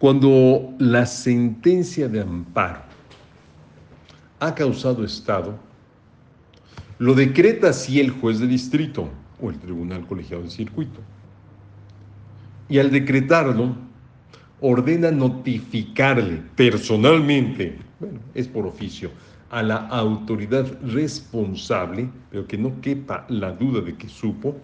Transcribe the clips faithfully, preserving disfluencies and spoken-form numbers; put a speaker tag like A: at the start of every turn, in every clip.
A: Cuando la sentencia de amparo ha causado estado, lo decreta así el juez de distrito o el tribunal colegiado de circuito. Y al decretarlo, ordena notificarle personalmente, bueno, es por oficio, a la autoridad responsable, pero que no quepa la duda de que supo,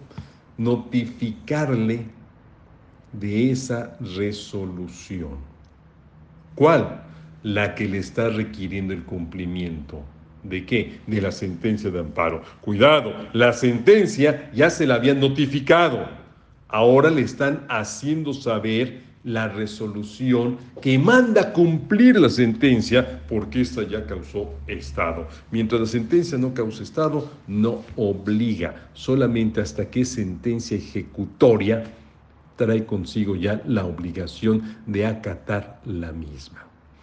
A: notificarle de esa resolución. ¿Cuál? La que le está requiriendo el cumplimiento. ¿De qué? De la sentencia de amparo. Cuidado, la sentencia ya se la habían notificado. Ahora le están haciendo saber la resolución que manda cumplir la sentencia porque esta ya causó estado. Mientras la sentencia no cause estado, no obliga, solamente hasta que es sentencia ejecutoria trae consigo ya la obligación de acatar la misma.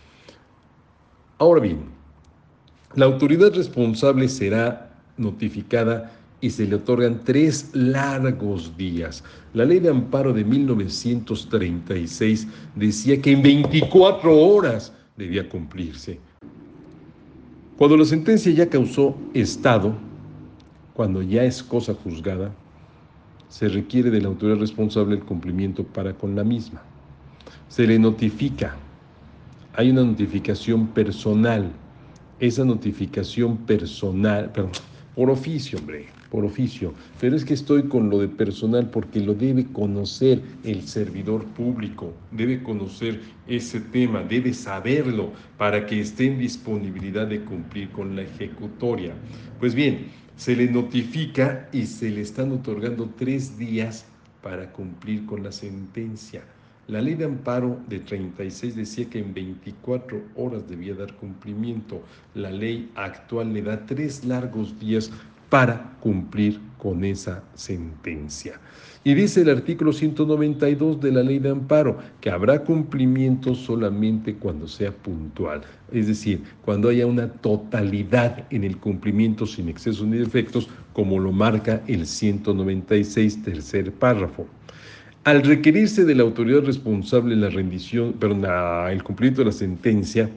A: Ahora bien, la autoridad responsable será notificada y se le otorgan tres largos días. La ley de amparo de mil novecientos treinta y seis decía que en veinticuatro horas debía cumplirse. Cuando la sentencia ya causó estado, cuando ya es cosa juzgada, se requiere de la autoridad responsable el cumplimiento para con la misma. Se le notifica, hay una notificación personal. Esa notificación personal, perdón, por oficio, hombre, por oficio, pero es que estoy con lo de personal porque lo debe conocer el servidor público, debe conocer ese tema, debe saberlo para que esté en disponibilidad de cumplir con la ejecutoria. Pues bien, se le notifica y se le están otorgando tres días para cumplir con la sentencia. La ley de amparo de treinta y seis decía que en veinticuatro horas debía dar cumplimiento. La ley actual le da tres largos días para cumplir con esa sentencia. Y dice el artículo ciento noventa y dos de la ley de amparo que habrá cumplimiento solamente cuando sea puntual, es decir, cuando haya una totalidad en el cumplimiento sin excesos ni defectos, como lo marca el ciento noventa y seis, tercer párrafo. Al requerirse de la autoridad responsable la rendición, perdón, la, el cumplimiento de la sentencia,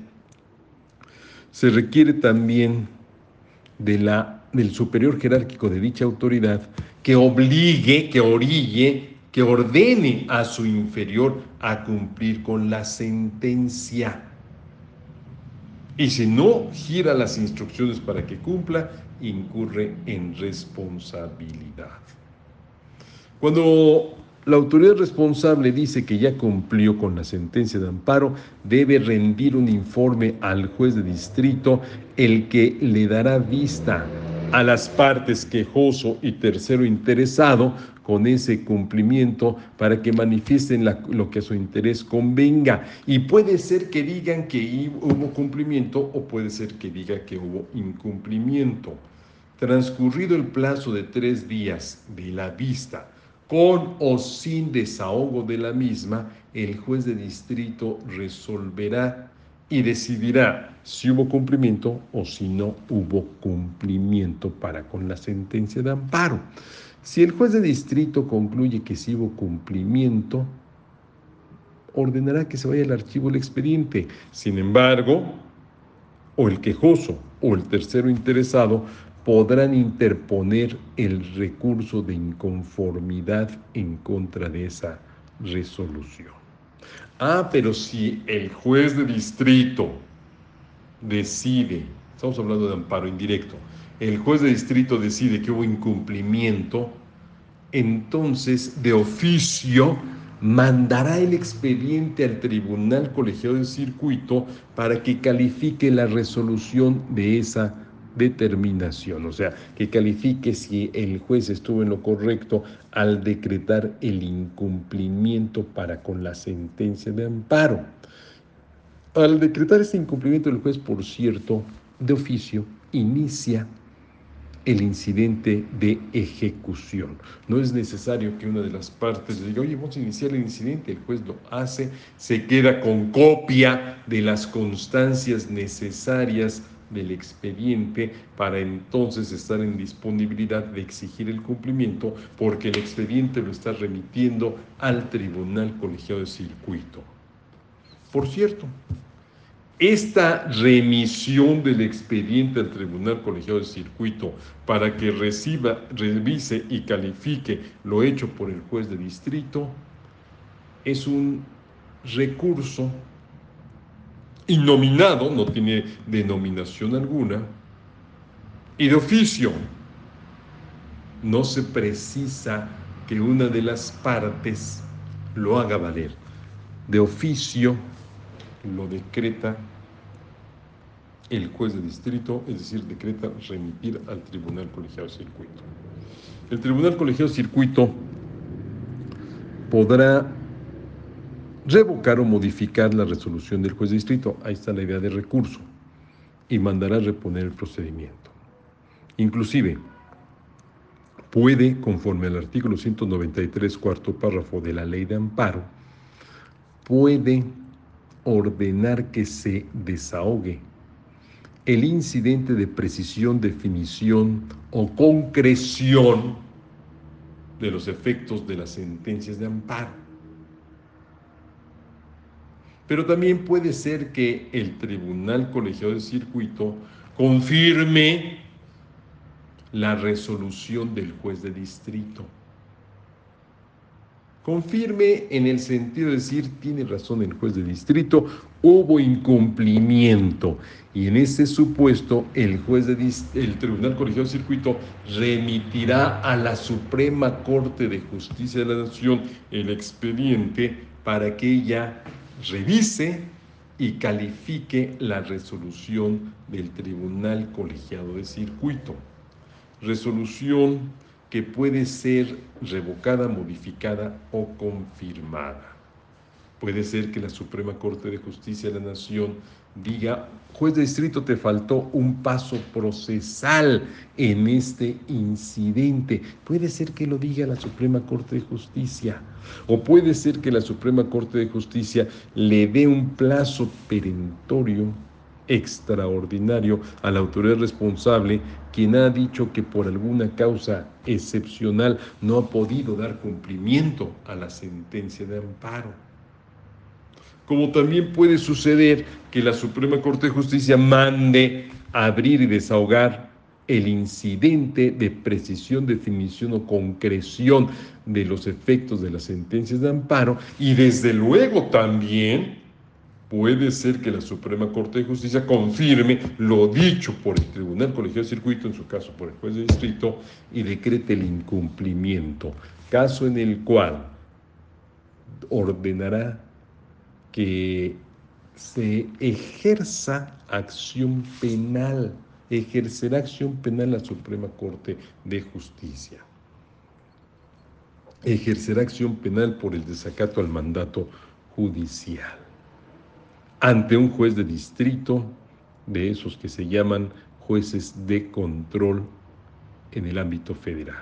A: se requiere también de la, del superior jerárquico de dicha autoridad que obligue, que orille, que ordene a su inferior a cumplir con la sentencia. Y si no gira las instrucciones para que cumpla, incurre en responsabilidad. Cuando la autoridad responsable dice que ya cumplió con la sentencia de amparo, debe rendir un informe al juez de distrito, el que le dará vista a las partes quejoso y tercero interesado con ese cumplimiento para que manifiesten la, lo que a su interés convenga. Y puede ser que digan que hubo cumplimiento o puede ser que diga que hubo incumplimiento. Transcurrido el plazo de tres días de la vista, con o sin desahogo de la misma, el juez de distrito resolverá y decidirá si hubo cumplimiento o si no hubo cumplimiento para con la sentencia de amparo. Si el juez de distrito concluye que sí hubo cumplimiento, ordenará que se vaya al archivo del expediente. Sin embargo, o el quejoso o el tercero interesado podrán interponer el recurso de inconformidad en contra de esa resolución. Ah, pero si el juez de distrito decide, estamos hablando de amparo indirecto, el juez de distrito decide que hubo incumplimiento, entonces de oficio mandará el expediente al tribunal colegiado de circuito para que califique la resolución de esa determinación, o sea, que califique si el juez estuvo en lo correcto al decretar el incumplimiento para con la sentencia de amparo. Al decretar este incumplimiento, el juez, por cierto, de oficio, inicia el incidente de ejecución. No es necesario que una de las partes le diga, oye, vamos a iniciar el incidente. El juez lo hace, se queda con copia de las constancias necesarias del expediente para entonces estar en disponibilidad de exigir el cumplimiento, porque el expediente lo está remitiendo al tribunal colegiado de circuito. Por cierto, esta remisión del expediente al Tribunal Colegiado de Circuito para que reciba, revise y califique lo hecho por el juez de distrito es un recurso innominado, no tiene denominación alguna, y de oficio. No se precisa que una de las partes lo haga valer. De oficio lo decreta el juez de distrito, es decir, decreta remitir al Tribunal Colegiado de Circuito. El Tribunal Colegiado de Circuito podrá revocar o modificar la resolución del juez de distrito. Ahí está la idea de recurso. Y mandará a reponer el procedimiento. Inclusive, puede, conforme al artículo ciento noventa y tres, cuarto párrafo de la Ley de Amparo, puede ordenar que se desahogue el incidente de precisión, definición o concreción de los efectos de las sentencias de amparo. Pero también puede ser que el Tribunal Colegiado de Circuito confirme la resolución del juez de distrito. Confirme en el sentido de decir, tiene razón el juez de distrito, hubo incumplimiento, y en ese supuesto el juez de el Tribunal Colegiado de Circuito remitirá a la Suprema Corte de Justicia de la Nación el expediente para que ella revise y califique la resolución del Tribunal Colegiado de Circuito. Resolución que puede ser revocada, modificada o confirmada. Puede ser que la Suprema Corte de Justicia de la Nación diga, juez de distrito, te faltó un paso procesal en este incidente. Puede ser que lo diga la Suprema Corte de Justicia. O puede ser que la Suprema Corte de Justicia le dé un plazo perentorio extraordinario a la autoridad responsable, quien ha dicho que por alguna causa excepcional no ha podido dar cumplimiento a la sentencia de amparo. Como también puede suceder que la Suprema Corte de Justicia mande abrir y desahogar el incidente de precisión, definición o concreción de los efectos de las sentencias de amparo, y desde luego también puede ser que la Suprema Corte de Justicia confirme lo dicho por el Tribunal Colegiado de Circuito, en su caso por el juez de distrito, y decrete el incumplimiento, caso en el cual ordenará que se ejerza acción penal, ejercerá acción penal la Suprema Corte de Justicia. Ejercerá acción penal por el desacato al mandato judicial ante un juez de distrito, de esos que se llaman jueces de control en el ámbito federal.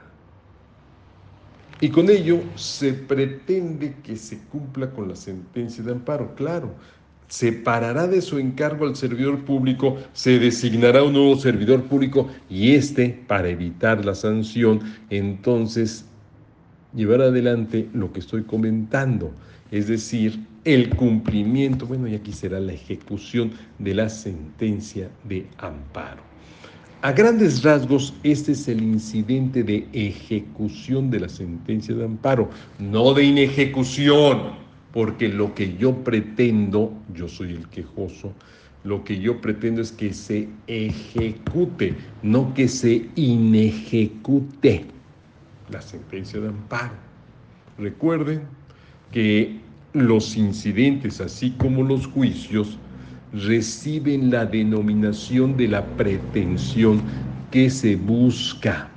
A: Y con ello se pretende que se cumpla con la sentencia de amparo. Claro, separará de su encargo al servidor público, se designará un nuevo servidor público y éste, para evitar la sanción, entonces llevará adelante lo que estoy comentando, es decir, el cumplimiento, bueno, y aquí será la ejecución de la sentencia de amparo. A grandes rasgos, este es el incidente de ejecución de la sentencia de amparo, no de inejecución, porque lo que yo pretendo, yo soy el quejoso, lo que yo pretendo es que se ejecute, no que se inejecute la sentencia de amparo. Recuerden que los incidentes, así como los juicios, reciben la denominación de la pretensión que se busca.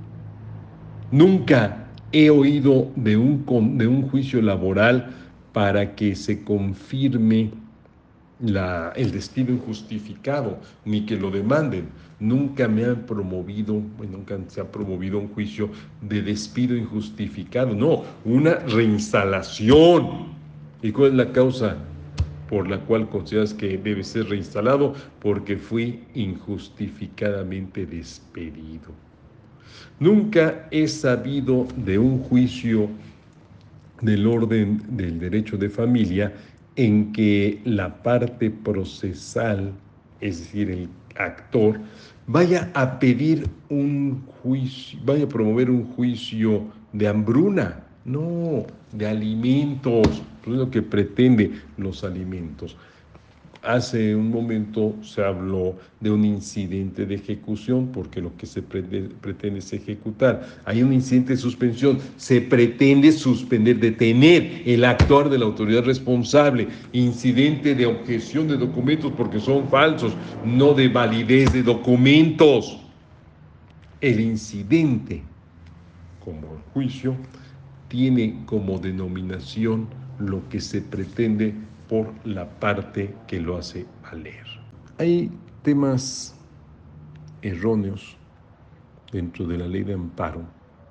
A: Nunca he oído de un, de un juicio laboral para que se confirme la, el despido injustificado, ni que lo demanden. Nunca me han promovido, bueno, nunca se ha promovido un juicio de despido injustificado, no, una reinstalación. ¿Y cuál es la causa por la cual consideras que debe ser reinstalado? Porque fui injustificadamente despedido. Nunca he sabido de un juicio del orden del derecho de familia en que la parte procesal, es decir, el actor, vaya a pedir un juicio, vaya a promover un juicio de hambruna, no, de alimentos, es lo que pretende los alimentos. Hace un momento se habló de un incidente de ejecución porque lo que se pretende, pretende es ejecutar. Hay un incidente de suspensión. Se pretende suspender, detener el actuar de la autoridad responsable. Incidente de objeción de documentos porque son falsos, no de validez de documentos. El incidente, como el juicio, tiene como denominación lo que se pretende por la parte que lo hace valer. Hay temas erróneos dentro de la ley de amparo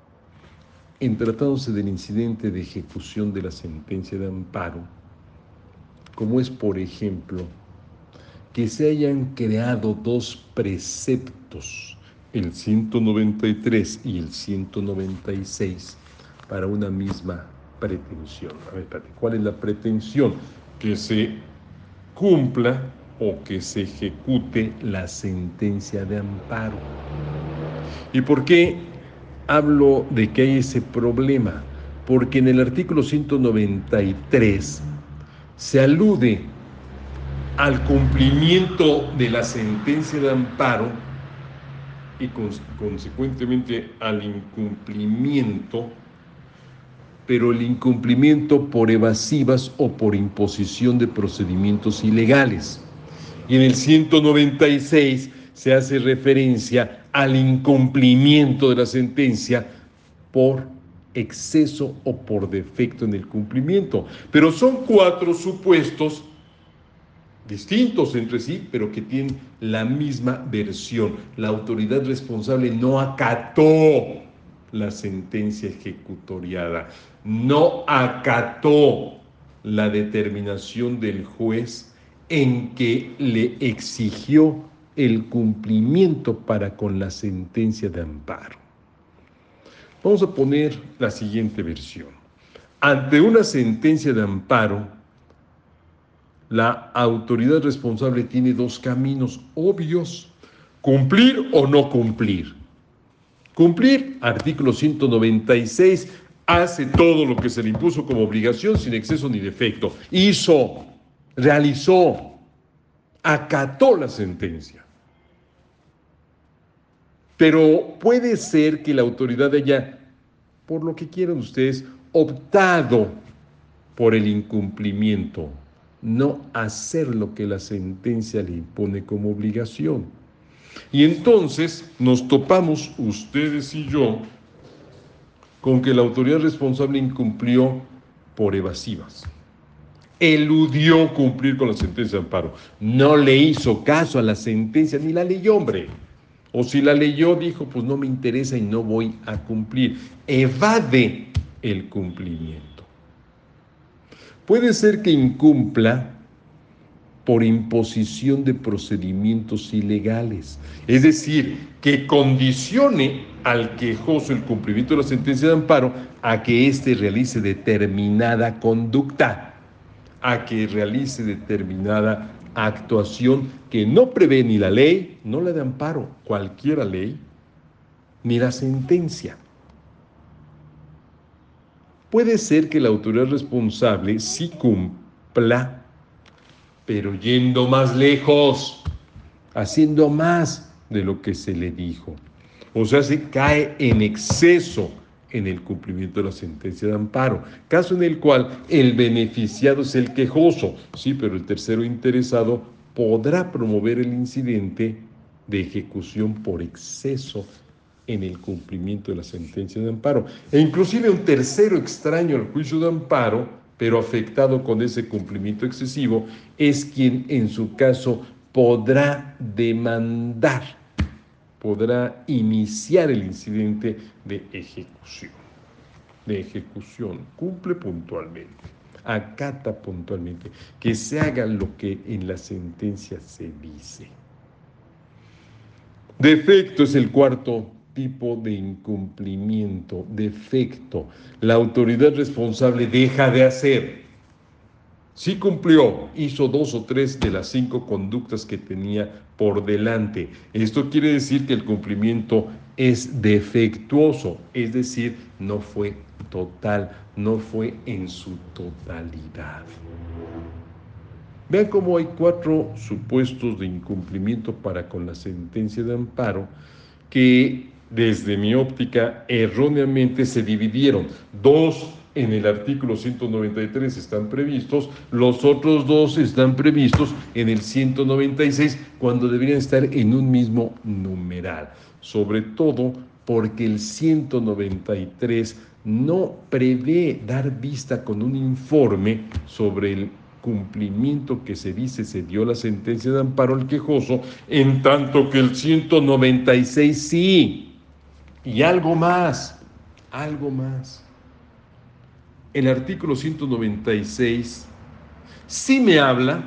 A: en tratándose del incidente de ejecución de la sentencia de amparo, como es, por ejemplo, que se hayan creado dos preceptos, el ciento noventa y tres y el ciento noventa y seis, para una misma pretensión. A ver, espérate, ¿cuál es la pretensión? Que se cumpla o que se ejecute la sentencia de amparo. ¿Y por qué hablo de que hay ese problema? Porque en el artículo ciento noventa y tres se alude al cumplimiento de la sentencia de amparo y consecuentemente al incumplimiento, pero el incumplimiento por evasivas o por imposición de procedimientos ilegales. Y en el ciento noventa y seis se hace referencia al incumplimiento de la sentencia por exceso o por defecto en el cumplimiento. Pero son cuatro supuestos distintos entre sí, pero que tienen la misma versión. La autoridad responsable no acató la sentencia ejecutoriada, no acató la determinación del juez en que le exigió el cumplimiento para con la sentencia de amparo. Vamos a poner la siguiente versión. Ante una sentencia de amparo, la autoridad responsable tiene dos caminos obvios: cumplir o no cumplir. Cumplir, artículo ciento noventa y seis, hace todo lo que se le impuso como obligación sin exceso ni defecto. Hizo, realizó, acató la sentencia. Pero puede ser que la autoridad haya, por lo que quieran ustedes, optado por el incumplimiento, no hacer lo que la sentencia le impone como obligación. Y entonces nos topamos, ustedes y yo, con que la autoridad responsable incumplió por evasivas. Eludió cumplir con la sentencia de amparo. No le hizo caso a la sentencia, ni la leyó, hombre. O si la leyó, dijo, pues no me interesa y no voy a cumplir. Evade el cumplimiento. Puede ser que incumpla por imposición de procedimientos ilegales, es decir, que condicione al quejoso el cumplimiento de la sentencia de amparo a que éste realice determinada conducta, a que realice determinada actuación que no prevé ni la ley, no la de amparo, cualquiera ley, ni la sentencia. Puede ser que la autoridad responsable sí cumpla, pero yendo más lejos, haciendo más de lo que se le dijo. O sea, se cae en exceso en el cumplimiento de la sentencia de amparo, caso en el cual el beneficiado es el quejoso, sí, pero el tercero interesado podrá promover el incidente de ejecución por exceso en el cumplimiento de la sentencia de amparo. E inclusive un tercero extraño al juicio de amparo, pero afectado con ese cumplimiento excesivo, es quien en su caso podrá demandar, podrá iniciar el incidente de ejecución. De ejecución, cumple puntualmente, acata puntualmente, que se haga lo que en la sentencia se dice. Defecto es el cuarto tipo de incumplimiento, defecto. La autoridad responsable deja de hacer, Sí cumplió, hizo dos o tres de las cinco conductas que tenía por delante. Esto quiere decir que el cumplimiento es defectuoso, es decir, no fue total, no fue en su totalidad. Vean cómo hay cuatro supuestos de incumplimiento para con la sentencia de amparo que desde mi óptica erróneamente se dividieron. Dos en el artículo ciento noventa y tres están previstos, los otros dos están previstos en el ciento noventa y seis cuando deberían estar en un mismo numeral. Sobre todo porque el ciento noventa y tres no prevé dar vista con un informe sobre el cumplimiento que se dice se dio la sentencia de amparo al quejoso, en tanto que el ciento noventa y seis sí. Y algo más, algo más. El artículo ciento noventa y seis sí me habla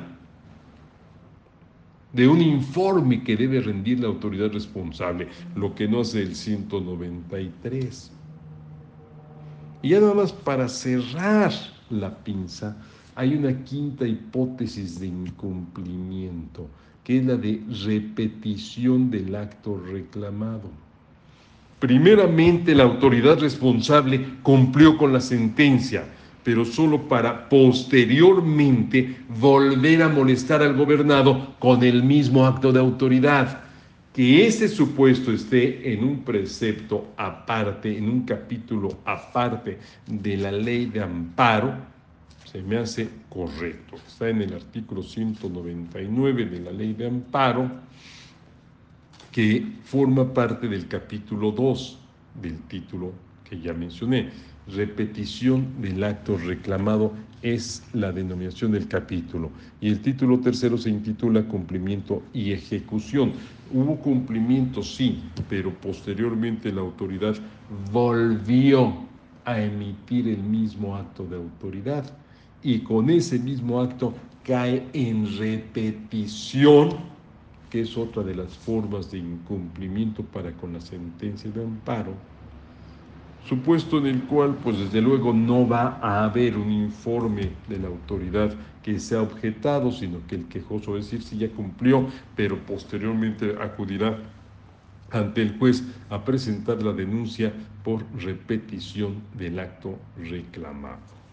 A: de un informe que debe rendir la autoridad responsable, lo que no hace el ciento noventa y tres. Y ya nada más para cerrar la pinza, hay una quinta hipótesis de incumplimiento, que es la de repetición del acto reclamado. Primeramente, la autoridad responsable cumplió con la sentencia, pero solo para posteriormente volver a molestar al gobernado con el mismo acto de autoridad. Que ese supuesto esté en un precepto aparte, en un capítulo aparte de la ley de amparo, se me hace correcto. Está en el artículo ciento noventa y nueve de la ley de amparo, que forma parte del capítulo dos del título que ya mencioné. Repetición del acto reclamado es la denominación del capítulo. Y el título tercero se intitula Cumplimiento y Ejecución. Hubo cumplimiento, sí, pero posteriormente la autoridad volvió a emitir el mismo acto de autoridad. Y con ese mismo acto cae en repetición, que es otra de las formas de incumplimiento para con la sentencia de amparo, supuesto en el cual, pues desde luego no va a haber un informe de la autoridad que sea objetado, sino que el quejoso, es decir, si ya cumplió, pero posteriormente acudirá ante el juez a presentar la denuncia por repetición del acto reclamado.